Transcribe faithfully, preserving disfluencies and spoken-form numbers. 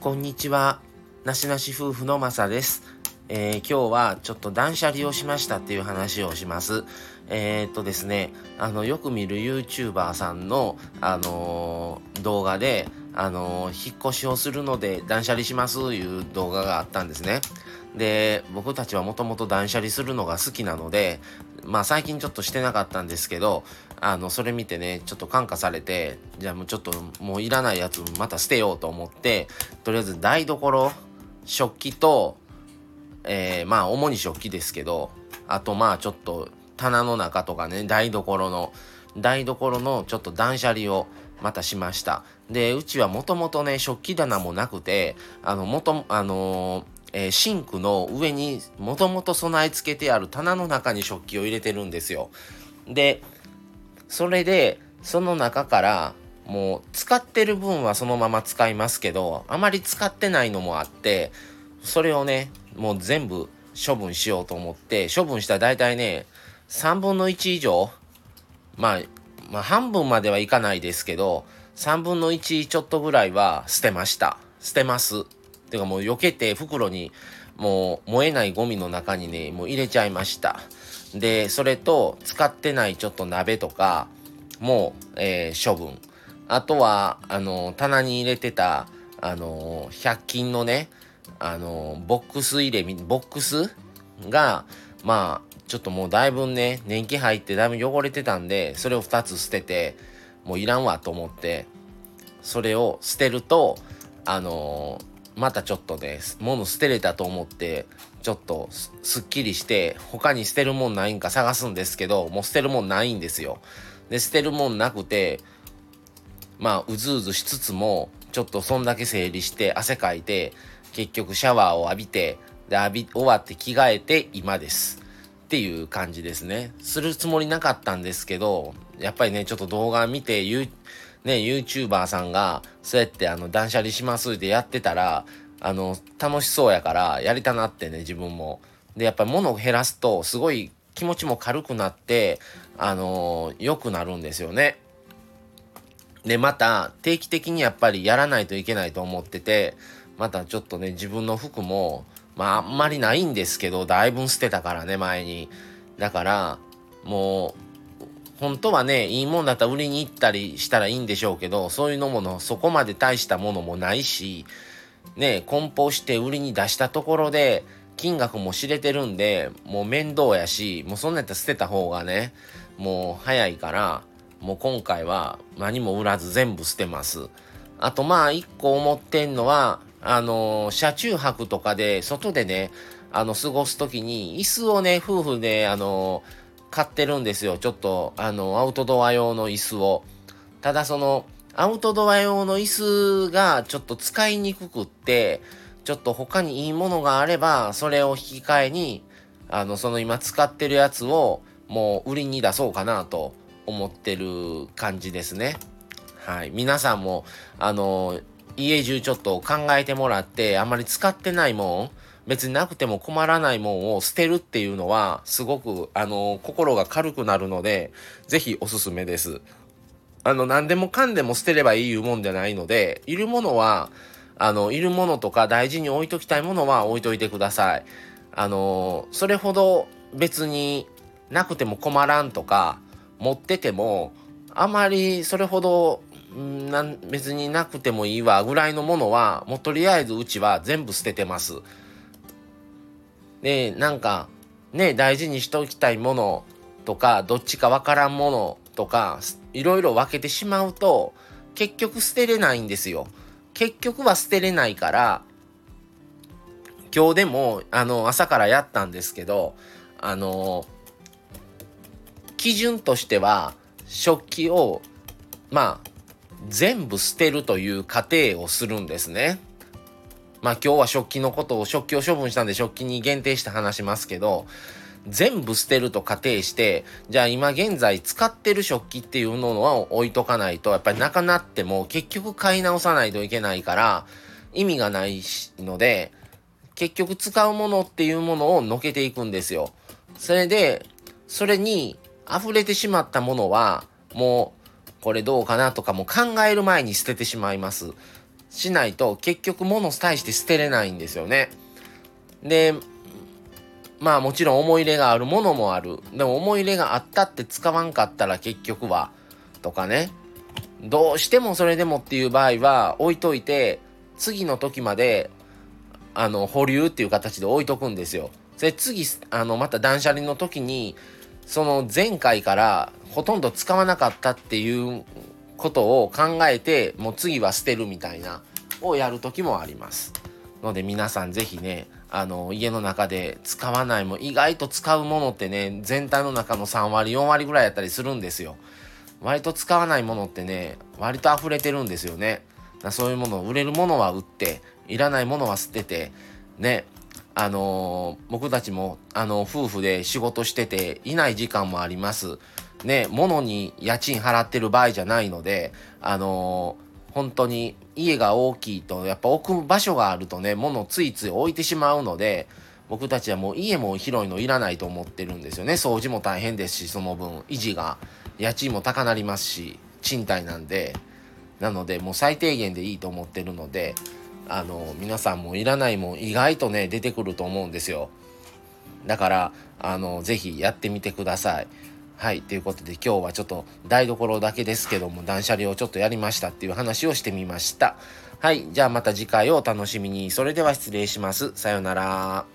こんにちは。なしなし夫婦のまさです。えー、今日はちょっと断捨離をしましたっていう話をします。えー、っとですね、あのよく見る YouTuber さんの、あのー動画で、あのー引っ越しをするので断捨離しますいう動画があったんですね。で、僕たちはもともと断捨離するのが好きなので、まあ最近ちょっとしてなかったんですけど、あのそれ見てねちょっと感化されて、じゃあもうちょっともういらないやつまた捨てようと思って、とりあえず台所、食器と、えー、まあ主に食器ですけど、あとまあちょっと棚の中とかね、台所の台所のちょっと断捨離をまたしました。で、うちはもともとね食器棚もなくて、あのもとあのーえーシンクの上にもともと備え付けてある棚の中に食器を入れてるんですよ。で、それでその中からもう使ってる分はそのまま使いますけど、あまり使ってないのもあって、それをねもう全部処分しようと思って、処分したら大体ねさんぶんのいち以上、まあまあ半分まではいかないですけど、さんぶんのいちちょっとぐらいは捨てました。捨てます。てかもう避けて袋に、もう燃えないゴミの中にねもう入れちゃいました。で、それと使ってないちょっと鍋とかも、えー処分。あとはあの棚に入れてたあのひゃく均のね、あのボックス入れボックスが、まあちょっともうだいぶね年季入ってだいぶ汚れてたんで、それをふたつ捨てて、もういらんわと思ってそれを捨てると、あのーまたちょっとね物捨てれたと思ってちょっと す, すっきりして、他に捨てるもんないんか探すんですけど、もう捨てるもんないんですよ。で、捨てるもんなくて、まあうずうずしつつもちょっとそんだけ整理して汗かいて、結局シャワーを浴びて、で浴び終わって着替えて今ですっていう感じですね。するつもりなかったんですけど、やっぱりねちょっと動画見て、ユーね YouTuber さんがそうやってあの断捨離しますってやってたら、あの楽しそうやからやりたなってね、自分も。で、やっぱり物を減らすとすごい気持ちも軽くなって、あのー良くなるんですよね。で、また定期的にやっぱりやらないといけないと思ってて、またちょっとね自分の服もまああんまりないんですけど、だいぶ捨てたからね前に。だからもう本当はねいいもんだったら売りに行ったりしたらいいんでしょうけど、そういうのものそこまで大したものもないしね、梱包して売りに出したところで金額も知れてるんで、もう面倒やし、もうそんなんやったら捨てた方がねもう早いから、もう今回は何も売らず全部捨てます。あとまあ一個思ってんのは、あの車中泊とかで外でねあの過ごすときに椅子をね夫婦であの買ってるんですよ。ちょっとあのアウトドア用の椅子を。ただそのアウトドア用の椅子がちょっと使いにくくって、ちょっと他にいいものがあればそれを引き換えに、あのその今使ってるやつをもう売りに出そうかなと思ってる感じですね。はい、皆さんもあの家中ちょっと考えてもらって、あんまり使ってないもん、別になくても困らないもんを捨てるっていうのはすごくあの心が軽くなるので、ぜひおすすめです。あの何でもかんでも捨てればいいいうもんじゃないので、いるものはあのいるものとか大事に置いときたいものは置いといてください。あのそれほど別になくても困らんとか、持っててもあまりそれほどんなん別になくてもいいわぐらいのものはもうとりあえずうちは全部捨ててます。で、なんかね大事にしておきたいものとか、どっちかわからんものとかいろいろ分けてしまうと結局捨てれないんですよ。結局は捨てれないから、今日でもあの朝からやったんですけど、あの基準としては食器をまあ全部捨てるという過程をするんですね。まあ今日は食器のことを、食器を処分したんで食器に限定して話しますけど、全部捨てると仮定して、じゃあ今現在使ってる食器っていうのを置いとかないと、やっぱりなくなっても結局買い直さないといけないから意味がないので、結局使うものっていうものをのけていくんですよ。それでそれに溢れてしまったものはもうこれどうかなとかも考える前に捨ててしまいます。 しないと結局物対して捨てれないんですよね。で、まあもちろん思い入れがあるものもある。でも思い入れがあったって使わんかったら結局はとかね。どうしてもそれでもっていう場合は置いといて、次の時まであの保留っていう形で置いとくんですよ。で次あのまた断捨離の時にその前回からほとんど使わなかったっていうことを考えて、もう次は捨てるみたいなをやる時もありますので、皆さんぜひね、あの家の中で使わないも意外と使うものってね、全体の中のさんわりよんわりぐらいやったりするんですよ。割と使わないものってね、割と溢れてるんですよね。そういうもの、売れるものは売って、いらないものは捨ててね。あのー、僕たちもあの夫婦で仕事してていない時間もありますね。物に家賃払ってる場合じゃないので、あのー、本当に家が大きいとやっぱ置く場所があるとね、物をついつい置いてしまうので、僕たちはもう家も広いのいらないと思ってるんですよね。掃除も大変ですし、その分維持が家賃も高なりますし、賃貸なんで、なのでもう最低限でいいと思ってるので、あの皆さんもいらないもん意外とね出てくると思うんですよ。だからあのぜひやってみてください。はい、ということで今日はちょっと台所だけですけども断捨離をちょっとやりましたっていう話をしてみました。はい、じゃあまた次回をお楽しみに。それでは失礼します。さようなら。